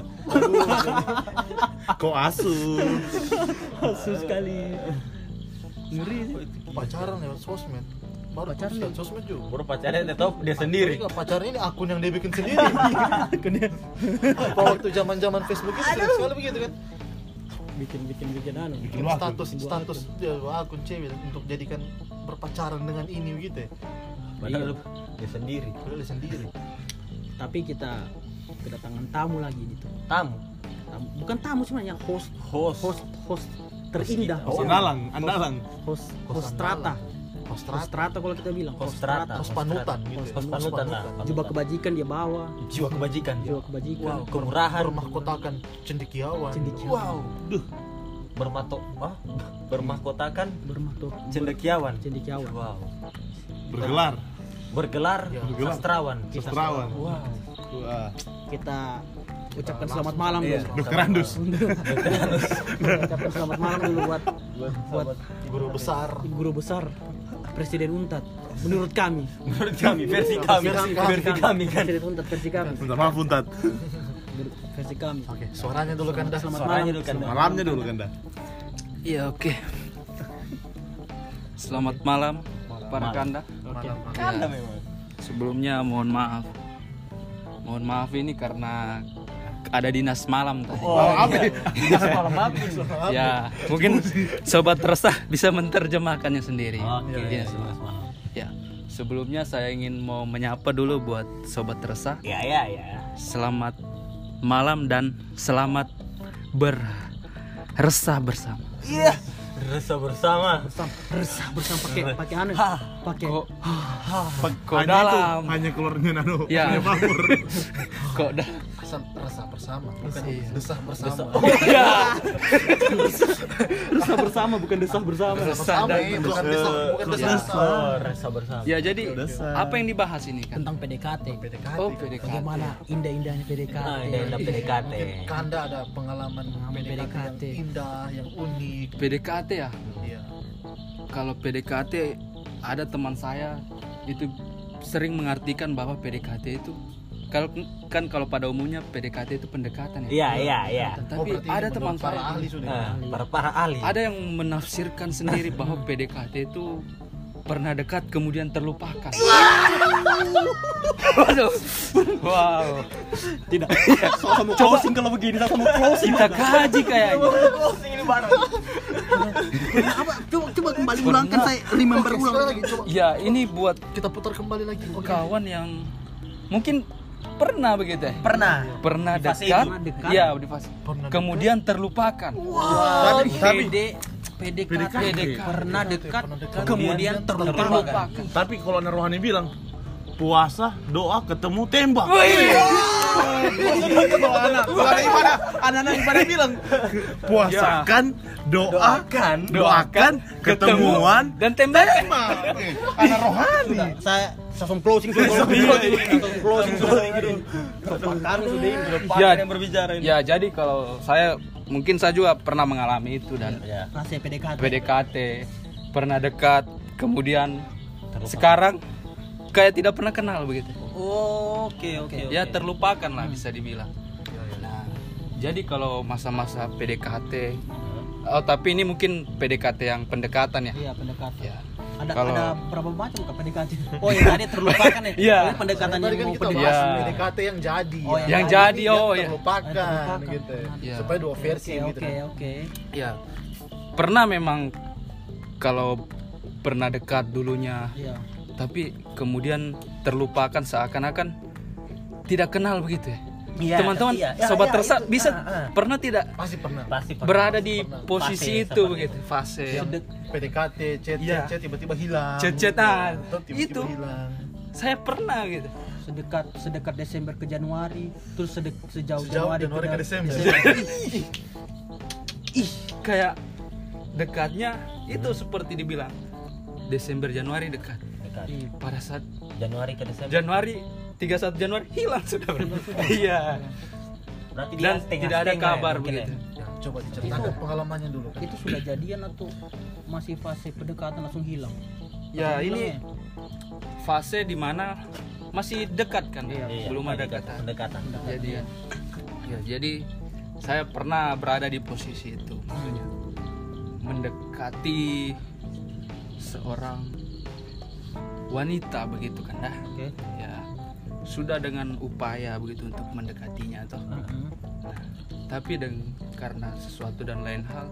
Kok asu. Asus sekali. Ngeri sih. Pacaran lewat sosmed. Baru Pacaran lewat sosmed juga. Baru pacarnya tetap dia sendiri. Enggak, pacaran ini akun yang dia bikin sendiri. Apa waktu zaman-zaman Facebook itu sering sekali begitu kan? Bikin anu. Bikin waktu. Status dia akun cewek untuk jadikan berpacaran dengan ini gitu ya. Padahal dia sendiri. Padahal dia sendiri. Tapi kita kedatangan tamu lagi gitu. Tamu. Bukan tamu sebenarnya, host terindah. Andalang. Host strata. Host Host strata kalau kita bilang. Host strata. Host panutan gitu. Host panutan lah. Jubah kebajikan dia bawa. Jiwa kebajikan. Jiwa kebajikan. Wow, kemurahan. Bermahkotakan cendekiawan. Cendekiawan. Bermahkotakan Bermahto. cendekiawan. Cendekiawan. Wow. Bergelar Bergelar sastrawan. sastrawan. Wow. Wah. Kita ucapkan selamat malam Iya. dulu. Dokter Andus. Ucapkan selamat malam dulu buat Guru besar Presiden Untat. Menurut kami. Menurut kami, versi kami kan. Presiden Untat versi kami. Minta maaf Untat. Versi kami. Oke, suaranya dulu kan dah. Selamat Suaranya malam. dulu kan. Malamnya dulu kan dah. Iya, oke. Selamat malam para Kanda. Oke. Kanda memang. Sebelumnya mohon maaf. Mohon maaf ini karena ada dinas malam tadi. Apa? Malam habis. Ya, mungkin sobat resah bisa menerjemahkannya sendiri. Oke. Iya. Ya. Sebelumnya saya ingin mau menyapa dulu buat sobat resah. Ya. Selamat malam dan selamat berresah bersama. Iya. Rasa bersama. Resah bersama pakai anu. Pakai Kok dalam? Hanya keluarnya nano. Ya. Hanya mamur. Kok dah? Rasa bersama, bukan desah bersama. Ya. resah bersama bukan desah bersama. Bersama, bukan desah bersama. Rasa bersama. Ya, jadi apa yang dibahas ini kan? Tentang PDKT. Oh, PDKT. Bagaimana indah-indahnya PDKT. Nah, indah PDKT. Mungkin Kanda ada pengalaman PDKT yang PDKT. indah, yang unik. PDKT ya? Iya. Kalau PDKT ada teman saya itu sering mengartikan bahwa PDKT itu kalau pada umumnya PDKT itu pendekatan ya. Iya. Tapi berarti ada ini teman menurut para saya ahli sudah. Para ahli. ada yang menafsirkan sendiri bahwa PDKT itu pernah dekat kemudian terlupakan. Waduh. Wow. Tidak. Sama closing kalau begini, sama closing. Kita kaji kayaknya. Apa? Coba kembali ulangkan, saya remember ulang lagi coba Ya, ini buat kita putar kembali lagi. Oke. kawan yang mungkin pernah begitu ya. Pernah Di fase dekat. itu. Iya, di fase. Pernah Kemudian terlupakan. Tapi PDKT pernah dekat, dekat, kemudian terlupakan. tapi kalau anak rohani bilang puasa, doa, ketemu, tembak. Kalau anak ibadah bilang puasakan, doakan, ketemuan, dan tembak. anak rohani. Saya langsung closing sudah. Ya, ya, jadi kalau saya juga pernah mengalami itu dan Masih PDKT. PDKT, pernah dekat, kemudian sekarang kayak tidak pernah kenal begitu. Oke. Ya terlupakan lah bisa dibilang. Nah, jadi kalau masa-masa PDKT, tapi ini mungkin PDKT yang pendekatan ya. Iya, pendekatan. Ya. Ada berapa macam ke PDKT? Oh ya, tadi terlupakan ya. Iya. Ini pendekatan Tadi yang kan mau kita pendekatan. bahas Ya. PDKT yang jadi. Oh, yang jadi, oh ya. Terlupakan gitu. Ya. Supaya dua versi gitu. Oke. Ya. Pernah memang kalau pernah dekat dulunya, Iya. tapi kemudian terlupakan seakan-akan tidak kenal begitu ya. Iya, Teman-teman, iya. sobat Ya, tersa itu. bisa Pernah tidak Pasti pernah. berada di posisi Fase itu seperti begitu, fase PDKT, chat, Iya. tiba-tiba hilang. Chat-chatan. Atau tiba-tiba Itu. hilang. saya pernah gitu. Sedekat Desember ke Januari, terus sejauh Sejauh Januari ke Desember. Ih, kayak dekatnya itu seperti dibilang Desember Januari dekat. Iya. Pada saat Januari ke Desember. Januari 31 Januari hilang sudah. Iya. Berarti Dan tidak ada kabar mungkin begitu. Ya, coba diceritakan pengalamannya dulu kan. Itu sudah jadian atau masih fase pendekatan langsung hilang? Ya, Atau ini hilangnya? fase dimana masih dekat kan, Iya, belum ada kata. pendekatan. Jadi saya pernah berada di posisi itu, maksudnya mendekati seorang wanita begitu kan dah. Oke. Ya, sudah dengan upaya begitu untuk mendekatinya toh. Nah, tapi karena sesuatu dan lain hal,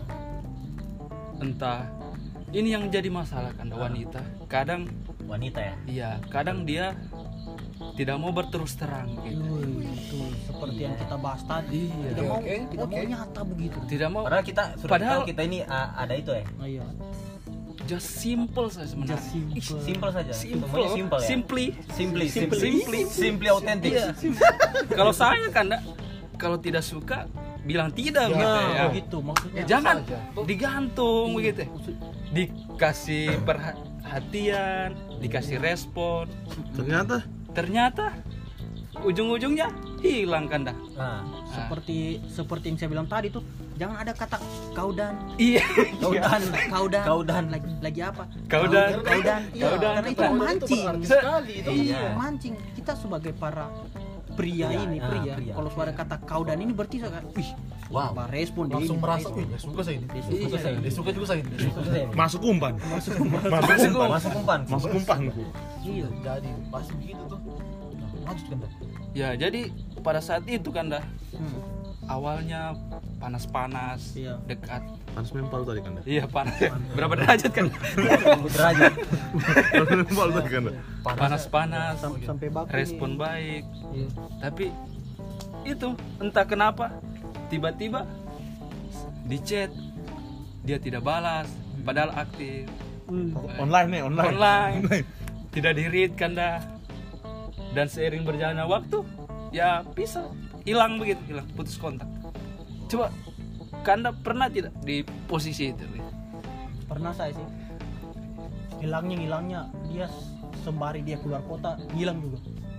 entah ini yang jadi masalah kan wanita. Kadang Wanita ya. iya, kadang dia tidak mau berterus terang gitu. Itu seperti yang kita bahas tadi. Iya. Tidak mau nyata begitu. Tidak mau. Padahal kita sudah Padahal tahu kita ini ada itu ya. Oh, iya. Just simple saja sebenarnya. Just simple. Simple saja. Simple, Semuanya simple ya. Simply authentic. Iya. Kalau saya kan enggak, kalau tidak suka bilang tidak gitu ya. Begitu maksudnya. Jangan digantung begitu. Dikasih perhatian, dikasih respon. Ternyata ujung-ujungnya hilang kan dah. Nah, Seperti yang saya bilang tadi tuh, jangan ada kata kaudan. Iya. Kaudan lagi apa? Kaudan. Iya, karena itu memancing. Sekali itu. Iya. Memancing kita sebagai para pria Iya, ini, pria. kalau suara kata kaudan ini berarti saya wih, wow. apa respon dia Langsung ini, merasa, respon. wih, dia suka saya ini. Suka saya ini. Dia suka juga saya ini. Masuk umpan. Masuk umpan. Masuk umpanku. Iya. Jadi pasti begitu tuh. Nah, lanjutkan dah. Ya, jadi pada saat itu kan dah Hmm. awalnya panas-panas, Iya. dekat. Panas mempal tadi kan. Iya, panas. Berapa derajat kan? Derajat. Panas mempal tadi kan. Panas-panas, Sampai baku respon nih. baik. Iya. Tapi itu entah kenapa tiba-tiba di chat dia tidak balas padahal aktif. Online nih, Online. Tidak di-read kan dah. Dan seiring berjalannya waktu ya bisa hilang begitu, hilang, putus kontak. Coba Kanda pernah tidak di posisi itu? Pernah saya sih. Hilangnya dia sembari dia keluar kota hilang juga.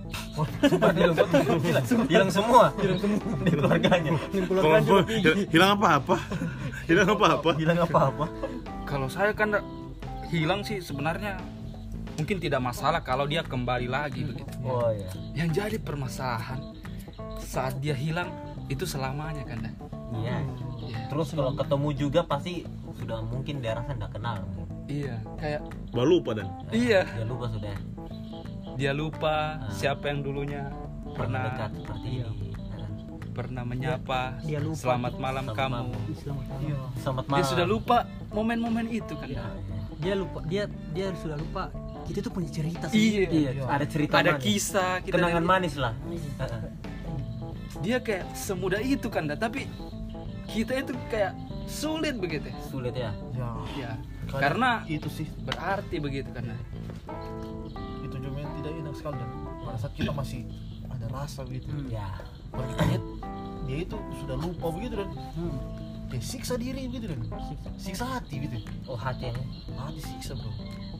Hilang semua di keluarganya. Hilang apa-apa? Hilang apa-apa. Kalau saya kan hilang sih sebenarnya mungkin tidak masalah kalau dia kembali lagi begitu. Oh iya. Yang jadi permasalahan saat dia hilang itu selamanya kan dah. Iya. Terus kalau ketemu juga pasti sudah mungkin dia rasa tidak kenal. Iya, kayak Baru lupa dan. iya, Ya lupa sudah. dia lupa siapa yang dulunya Pernah pernah dekat seperti Iya. ini. pernah menyapa. Dia lupa. Selamat malam Selamat kamu. malam. Selamat malam. Iya. Selamat Dia malam. sudah lupa momen-momen itu kan. Dia lupa, dia sudah lupa kita tuh punya cerita Iya. Iya, ada cerita Ada manis. kisah kita Kenangan dari- manis lah. Dia kayak semudah itu kan, tapi kita itu kayak sulit begitu. Sulit ya. Ya. Ya, Kadang karena itu sih berarti begitu kan. itu juga yang tidak enak sekali dan pada saat kita masih ada rasa begitu. Ya. Kalau kita lihat dia itu sudah lupa begitu dan dia siksa diri begitu dan siksa hati gitu. Oh, hati ini. Hati siksa bro.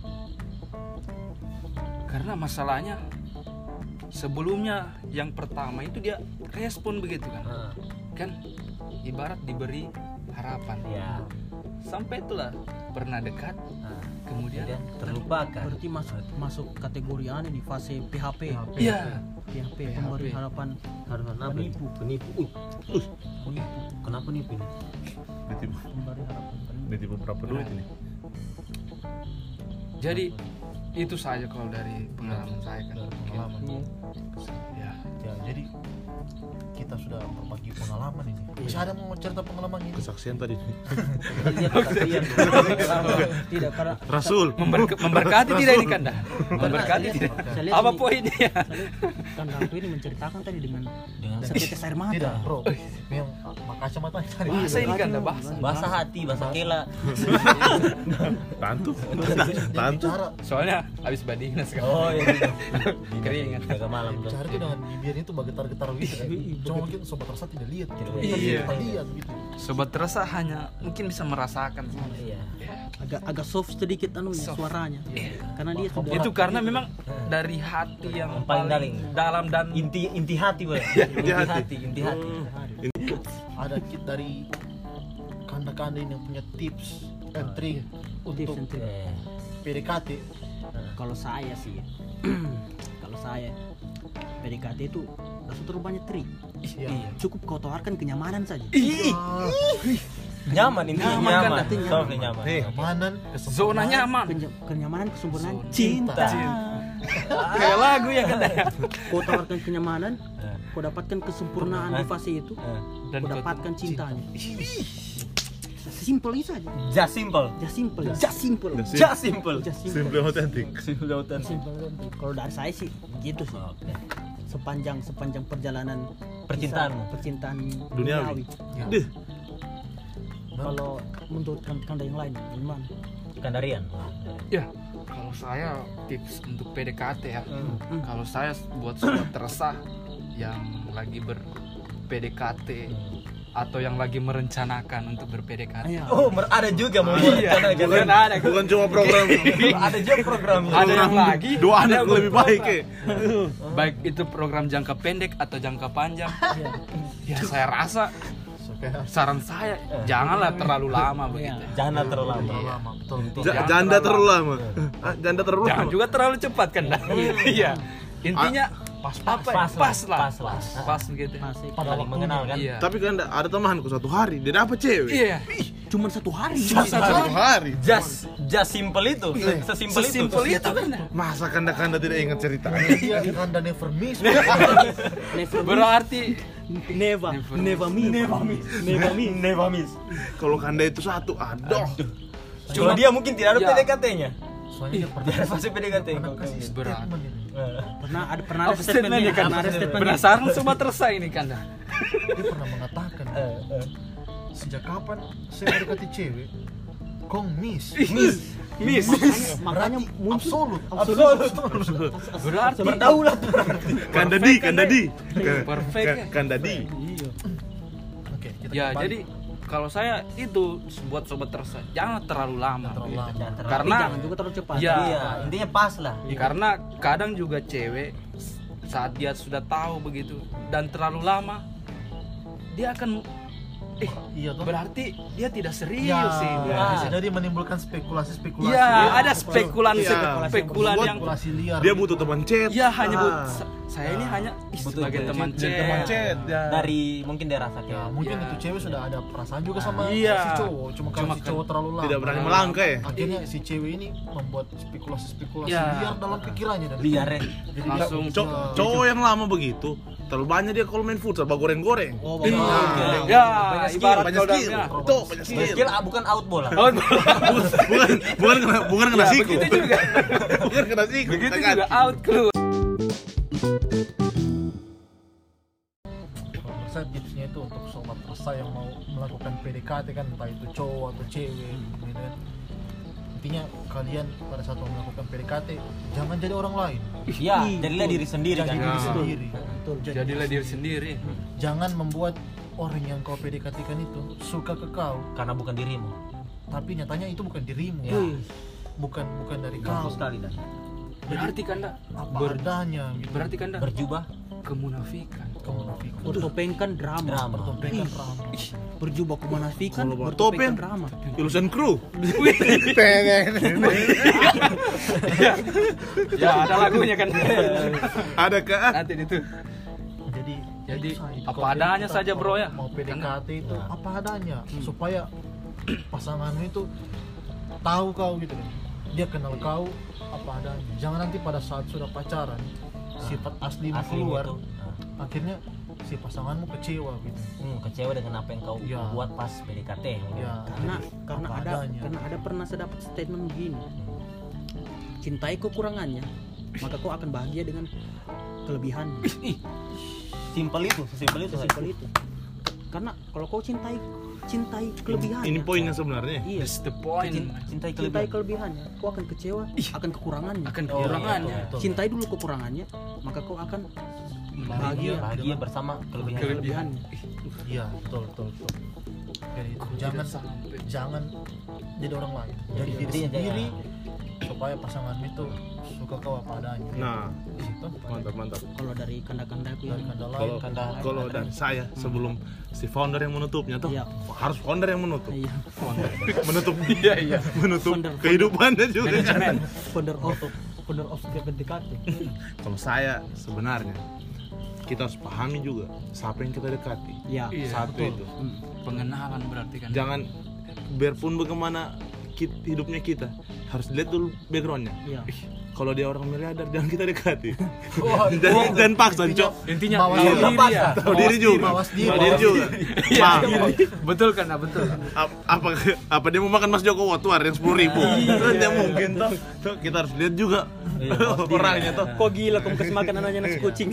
Karena masalahnya sebelumnya yang pertama itu dia respon begitu kan. Heeh. Kan ibarat diberi harapan. Ya. Sampai itulah pernah dekat, Nah, kemudian kemudian terlupakan. Berarti masuk kategori aneh di fase PHP. iya, PHP pemberi harapan. Harapan apa? Penipu. Penipu. Kenapa nipu ini? Ditipu, Pemberi harapan. Penipu. ditipu berapa duit ini? jadi itu saja kalau dari pengalaman saya kan. Pengalaman. Iya. Ya, Ya, jadi kita sudah berbagi pengalaman ini. Masih ada mau cerita pengalaman ini? Kesaksian tadi. Iya, kesaksian. Tidak karena Rasul. memberkati tidak ini kan dah? Memberkati tidak. saya lihat Apa ini- poinnya? kan Ratu ini menceritakan tadi dengan Dengan setetes air mata. Tidak bro, memang makasih mata tadi. Bahasa ini kan dah bahasa. bahasa hati, bahasa kela. Tantu. Tantu. Bicara, Soalnya habis badingan sekarang. Oh iya. Keringat. Jaga malam tuh. bicara itu dengan bibirnya itu bergetar-getar gitu kan. Cuma mungkin sobat rasa tidak lihat. Iya. Kita lihat gitu. Sobat terasa hanya mungkin bisa merasakan. Iya. Agak soft sedikit anunya Soft. suaranya. Karena dia sudah Itu karena memang dari hati yang Paling paling dalam dan Inti hati, Boy. Inti hati. Ada kit dari kanda-kanda ini yang punya tips and trick tips untuk and trick. PDKT. Kalau saya sih, kalau saya PDKT itu nggak terlalu banyak trik. Iya. Cukup kau tawarkan kenyamanan saja. Nyaman ini, Nyaman nyaman. kan, artinya Soalnya nyaman. Kenyamanan, zona nyaman. Kenyamanan, kesempurnaan, Zona cinta. Kayak lagu ya kan. Kau tawarkan kenyamanan, kau dapatkan kesempurnaan di fase itu, Dan kau kau- dapatkan cintanya. Simpel itu saja. Just simple. Just simple. Just simple. Just simple. Just Simple authentic. Simple dan Simple. Kalau dari saya sih gitu sih. Oke. Sepanjang perjalanan Percintaanmu. percintaan Duniawi. duniawi. Deh. Kalau menurut kanda yang lain gimana? Kandarian. Ya, kalau saya tips untuk PDKT ya. Kalau saya buat sobat teresah yang lagi ber PDKT atau yang lagi merencanakan untuk ber-PDKT. Ayo. Oh, ada juga mau Iya, bukan ada. Bukan cuma program. Ada juga programnya. Ada yang lagi. Dua anak ada lebih baik ya. Baik itu program jangka pendek atau jangka panjang. Ya saya rasa saran saya janganlah terlalu lama begitu. Jangan terlalu lama. Terlalu lama, betul betul. Jangan Janda terlalu terlalu lama. Ah, janda terlalu Jangan lama. juga terlalu cepat kan. Iya. Intinya apa ya? Pas lah. Pas begitu. Masih Saling mengenal kan? Iya. Tapi kan ada temanku satu hari dia dapat cewek. Iya. cuma satu hari. Satu hari. Just simple itu. Sesimpel itu. Sesimpel itu kan. Masa kanda-kanda tidak ingat ceritanya? Dia kanda never miss. Never Berarti never miss. Kalau kanda itu satu, aduh. Cuma dia mungkin tidak ada Ya. PDKT-nya. Soalnya dia pernah Dia fase PDKT. pernah kasih Berat. statement ini. Pernah ada apa statementnya kan? Pernah ada statement. Penasaran sobat resah ini kan. Dia pernah mengatakan sejak kapan saya mendekati cewek kong miss. Miss. Makanya muncul Absolut. Berarti Berdaulat. Kandadi. Perfect ya. Kandadi. Oke, kita Ya, kembali. jadi kalau saya itu buat sobat tersa jangan terlalu lama. Terlalu lama. Tapi Karena jangan juga terlalu cepat. Ya. Iya, intinya pas lah. karena kadang juga cewek saat dia sudah tahu begitu dan terlalu lama dia akan Iya toh. berarti dia tidak serius Ya, sih. bisa jadi menimbulkan spekulasi-spekulasi. Ya, ada spekulan Iya. spekulan yang spekulasi liar. Dia butuh teman chat. ya hanya Ah. saya ini hanya Betul, sebagai betul. teman chat. Teman chat ya. Dari mungkin dia rasa Ya kayak mungkin Ya. itu cewek sudah ada perasaan juga sama Iya. si cowok. Cuma kalau si cowok terlalu lama, Tidak berani melangkah ya. akhirnya si cewek ini membuat spekulasi-spekulasi Ya. liar dalam pikirannya dan biar ya. jadi Langsung Cowok yang lama begitu terlalu banyak dia kalau main futsal goreng-goreng. Oh, Iya. bagus. Ya, Banyak skill, ibarat banyak kau skill. bilang. Tuh, banyak skill. Skill bukan out bola. Oh, bukan kena ya, siku. begitu juga. Bukan kena siku. Begitu kita kan. juga out keluar. kalau saya tipsnya itu untuk sobat rasa yang mau melakukan PDKT kan, entah itu cowok atau cewek gitu kan. Intinya kalian pada saat mau melakukan PDKT jangan jadi orang lain, Iya, jadilah diri sendiri jadi kan. diri Nah. sendiri. Betul. Jadilah diri sendiri. Jangan membuat orang yang kau PDKT-kan itu suka ke kau, Karena bukan dirimu. tapi nyatanya itu bukan dirimu, Ya. bukan dari kau. Bagus sekali dan Berarti Kanda Apa adanya gitu. berarti Kanda berjubah kemunafikan. Kemunafikan. Bertopengkan drama. Drama. Bertopengkan drama. Berjubah kemunafikan, Kalau bawa bertopengkan topeng. drama. Ilusan kru. Ya, ada lagunya kan. Ada kah? Nanti itu. Jadi, itu saja. apa Kalau adanya kita saja, bro, ya. Mau PDKT itu apa adanya supaya pasanganmu itu tahu kau gitu kan. Dia kenal kau apa adanya. Jangan nanti pada saat sudah pacaran sifat aslimu keluar, itu. akhirnya si pasanganmu kecewa gitu. Kecewa dengan apa yang kau Ya. buat pas PDKT. Ya, Karena apa adanya. ada pernah saya dapat statement begini. Cintai kekurangannya, maka kau akan bahagia dengan kelebihannya. Simpel itu, sesimpel itu. Sesimpel itu. Karena kalau kau cintai kelebihannya. Ini poinnya sebenarnya. Iya. That's the point. Cintai Cintai kelebihan. kelebihannya, kau akan kecewa akan kekurangannya. Akan kekurangannya. betul. Cintai dulu kekurangannya, maka kau akan bahagia Bahagia bersama kelebihan. kelebihannya. Iya, betul. Jadi itu jangan jadi orang lain. Jadi diri Intinya sendiri supaya pasanganmu itu suka kau apa adanya. Nah, Itu mantap. Kalau dari kanda-kandaku dari yang kanda lain. Kalau dari saya sebelum si founder yang menutupnya tuh Iya. harus founder yang menutup. iya, Menutup Iya. menutup Founder. kehidupannya juga. Manajemen. founder of PDKT. Kalau saya sebenarnya kita harus pahami juga siapa yang kita dekati. Ya. Iya, Satu betul. itu. Pengenalan berarti kan. Jangan biarpun bagaimana hidupnya kita harus lihat dulu backgroundnya. Iya. Kalau dia orang miliarder jangan kita dekati. Wah, dan paksa, Cok. Intinya Mawas tahu diri. diri ya. Tahu diri juga. mawas diri. Tahu diri juga. Iya, Ma, betul kan? Betul. apa dia mau makan Mas Joko Watuar yang 10.000? Tidak mungkin toh. Tuh, kita harus lihat juga orangnya toh. Kok gila kau kasih makan anaknya nasi kucing.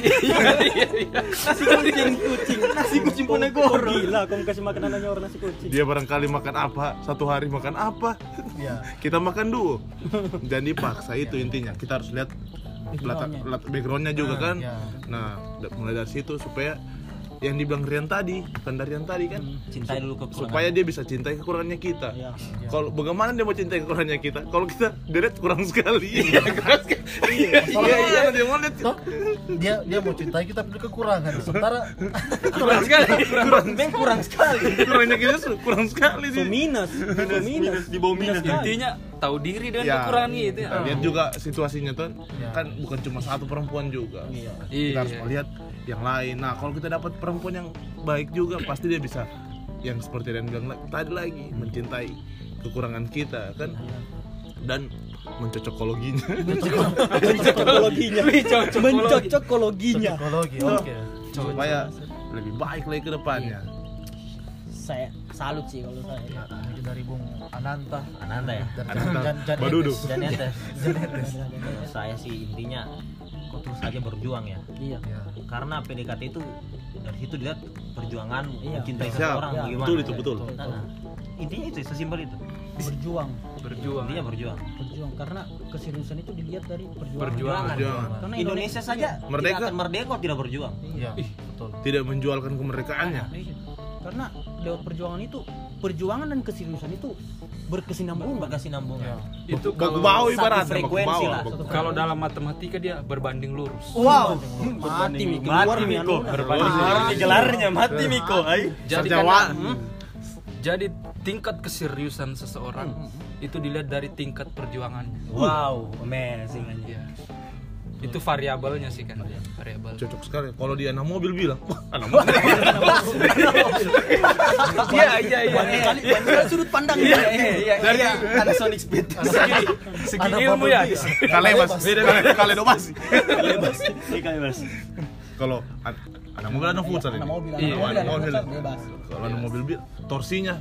Nasi kucing. Nasi kucing Ponegoro. Gila kau kasih makan anaknya orang nasi kucing. Dia barangkali makan apa, satu hari makan apa, Iya. kita makan dulu. Jangan dipaksa, itu intinya. Kita harus lihat backgroundnya juga kan. ya. Nah, mulai dari situ supaya yang dibilang Rian tadi, bukan dari Rian tadi kan, Cintai dulu kekurangan. supaya dia bisa cintai kekurangannya kita. Iya. Kalau bagaimana dia mau cintai kekurangannya kita? Kalau kita deret kurang sekali. Iya, dia mau lihat. Toh, dia mau cintai kita punya kekurangan. Sementara Kurang sekali. kurang sekali. Kekurangannya kita kurang sekali So sih. minus. Di bawah minus. Intinya tahu diri dan Ya, kekurangan gitu ya. lihat juga situasinya tuh, Ya. kan bukan cuma satu perempuan juga. Kita Iya. harus melihat yang lain. Nah, kalau kita dapat perempuan yang baik juga, pasti dia bisa yang seperti yang bilang tadi lagi, mencintai kekurangan kita kan, dan mencocokologinya. Mencocokologinya. Mencocokologinya. psikologi, oke. supaya lebih baik lagi ke depannya. Saya salut sih kalau saya. Ya, mungkin dari Bung Ananta. Ananda ya. Dari Ananta, Jan Badudu. Etes. Janetes. Janetes. Kalau saya sih intinya kau terus saja berjuang ya. Iya. Ya. Karena PDKT itu dari situ dilihat perjuangan Iya. mencintai Siap. seseorang Ya, bagaimana. Betul itu, betul. Nah, intinya itu sesimpel itu. Berjuang. Intinya berjuang. Berjuang karena keseriusan itu dilihat dari perjuangan. Perjuangan. Perjuangan. Karena Indonesia saja Merdeka. tidak akan merdeka kalau tidak berjuang. Iya, betul. Tidak menjualkan kemerdekaannya. Iya. Karena lewat perjuangan dan keseriusan itu berkesinambungan. Berkesinambungan. Ya. Itu Baku kalau bau satu ibaratnya, frekuensi lah. kalau dalam matematika dia berbanding lurus. Wow, mati Miko. Keluar Miko. Berbanding lurus. Gelarnya mati Miko. Jadi Sarjawa. jadi tingkat keseriusan seseorang itu dilihat dari tingkat perjuangannya. Wow, amazing aja. Iya. Itu variabelnya sih kan. Variabel. Cocok sekali. Kalau dia anak mobil bilang, wah anak mobil. Banyak sudut pandang. Dari ada Sonic Speed. Segi ilmu ya. Kalebas. Kaledobasi. Bebas. Kalau anak mobil anak futsal ini. Anak mobil, Iya. anak Mobil. mobil, bebas. Kalau anak mobil torsinya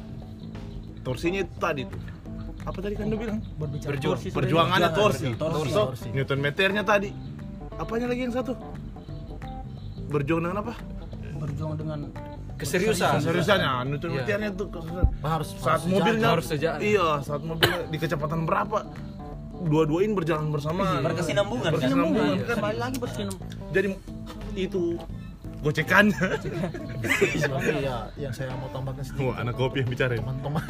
itu tadi tuh. Apa tadi kan dia bilang? Perjuangannya torsi. Newton meternya tadi. Apanya lagi yang satu? Berjuang dengan apa? Berjuang dengan Keseriusan. Seriusannya, Newton Iya. meternya tuh harus saat mobilnya harus sejalan. Iya, saat mobilnya di kecepatan berapa? Dua-duain berjalan bersama. Berkesinambungan kan? Berkesinambungan kan. kembali lagi bersinam. Jadi itu gocekannya. Tapi ya yang saya mau tambahkan sedikit Wah, anak kopi yang bicara. Ya. teman-teman.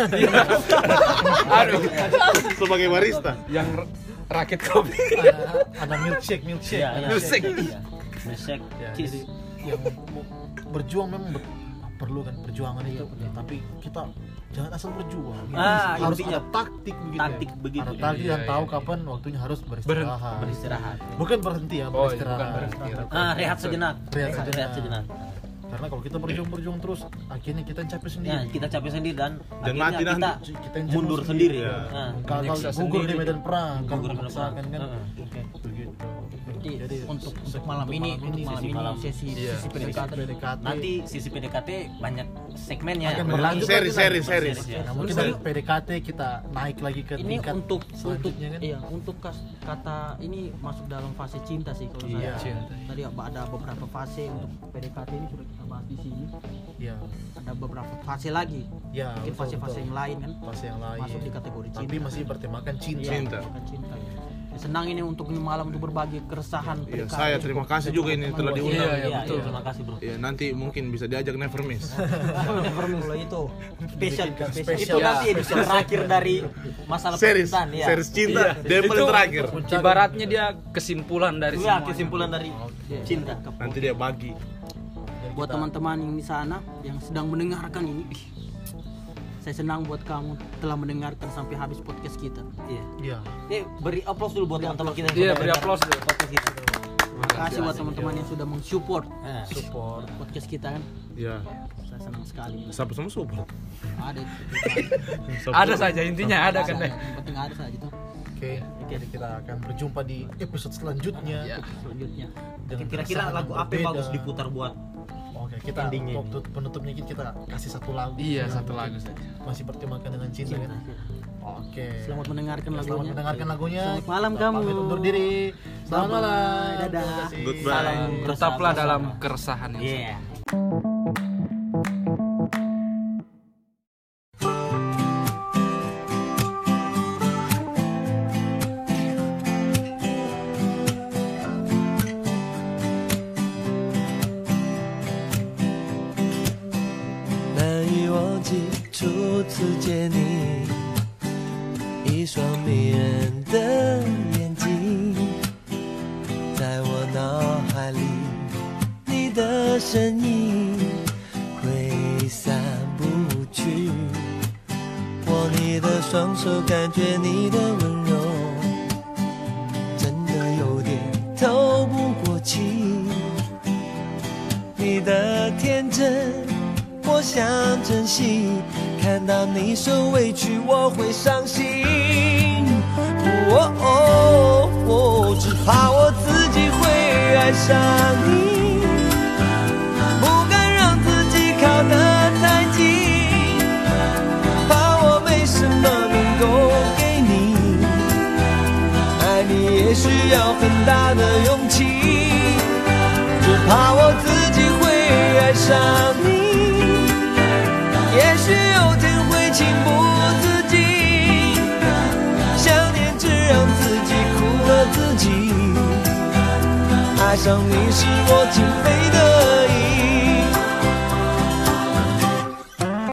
Aduh, Sebagai barista. yang rakit kopi. ada milkshake. Milkshake. Milkshake. Ya, Cheese. jadi yang mau berjuang memang perlu kan perjuangan itu, tapi kita jangan asal berjuang. Harus intinya ada taktik begitu. taktik begitu. Ada taktik dan Iya, tahu iya. kapan waktunya harus beristirahat. Beristirahat. Bukan berhenti ya, Oh, beristirahat. bukan berhenti. Rehat sejenak. Rehat sejenak. Karena kalau kita berjuang terus, akhirnya kita capek sendiri. Ya, kita capek sendiri dan Dan mati akhirnya dah. kita yang mundur jenuh sendiri. Iya. Nah, Gagal Menyiksa gugur di sendiri. medan perang, kalau Gugur di medan memaksakan kan. perang. Begitu. Jadi untuk malam ini sesi Iya. PDKT. PDKT. Nanti sisi PDKT banyak segmennya. Akan berlanjut Seri. Ya. Nah, mungkin dari PDKT kita naik lagi ke Ini tingkat untuk selanjutnya kan. iya untuk kata ini masuk dalam fase cinta sih kalau Iya. saya. Tadi ada beberapa fase untuk PDKT ini sudah kita bahas di sini. Iya. Ada beberapa fase lagi. Ya, Mungkin betul, fase-fase betul. yang lain kan. Fase yang lain. Masuk di kategori cinta. Tapi masih bertemakan cinta. Iya, Cinta. bukan cinta. Ya, senang ini untuk ini malam untuk berbagi keresahan Iya, PDKT. saya terima kasih juga ini telah diundang. Iya, betul. Terima kasih, Bro. Ya, nanti mungkin bisa diajak Never Miss. Kalau itu spesial. Spesial. Itu nanti edisi terakhir dari masalah Series percintaan ya. cinta. Dia yang paling terakhir. Ibaratnya dia kesimpulan dari Ya, semua. kesimpulan dari cinta. Nanti dia bagi. Buat teman-teman yang di sana yang sedang mendengarkan ini, saya senang buat kamu telah mendengarkan sampai habis podcast kita. Iya. Iya. Beri aplaus dulu buat teman-teman kita. Iya, beri aplaus dulu. Podcast kita. Terima kasih buat teman-teman yang sudah mensupport Support. podcast kita kan. Ya, Saya senang sekali. siapa sama support. Ada itu. Ada saja intinya ada kan deh. Yang penting ada saja tuh. Oke. Jadi kita akan berjumpa di episode selanjutnya. Iya. Selanjutnya. Dengan Kira-kira keresahan lagu yang apa yang berbeda. bagus diputar buat Oke, kita endingnya waktu penutupnya kita kasih satu lagu. Iya, satu lagu saja. Masih bertemakan dengan cinta kan. Oke. Selamat mendengarkan Selamat lagunya. mendengarkan lagunya. Selamat malam Kita kamu. pamit undur diri. Selamat Bye-bye. malam. Dadah. Terima kasih. Goodbye. Salam Tetaplah bersama. dalam keresahan yang Yeah. 难以忘记初次见你，一双迷人的眼睛，在我脑海里，你的身影挥散不去。握你的双手，感觉你的温柔，真的有点透不过气。你的天真，我想珍惜，看到你受委屈，我会伤心。只怕我自己会爱上你，不敢让自己靠得太近，怕我没什么能够给你，爱你也需要很大的勇气，只怕我自己会爱上你，也许有天会情不自禁，想念只让自己苦了自己，爱上你是我情非得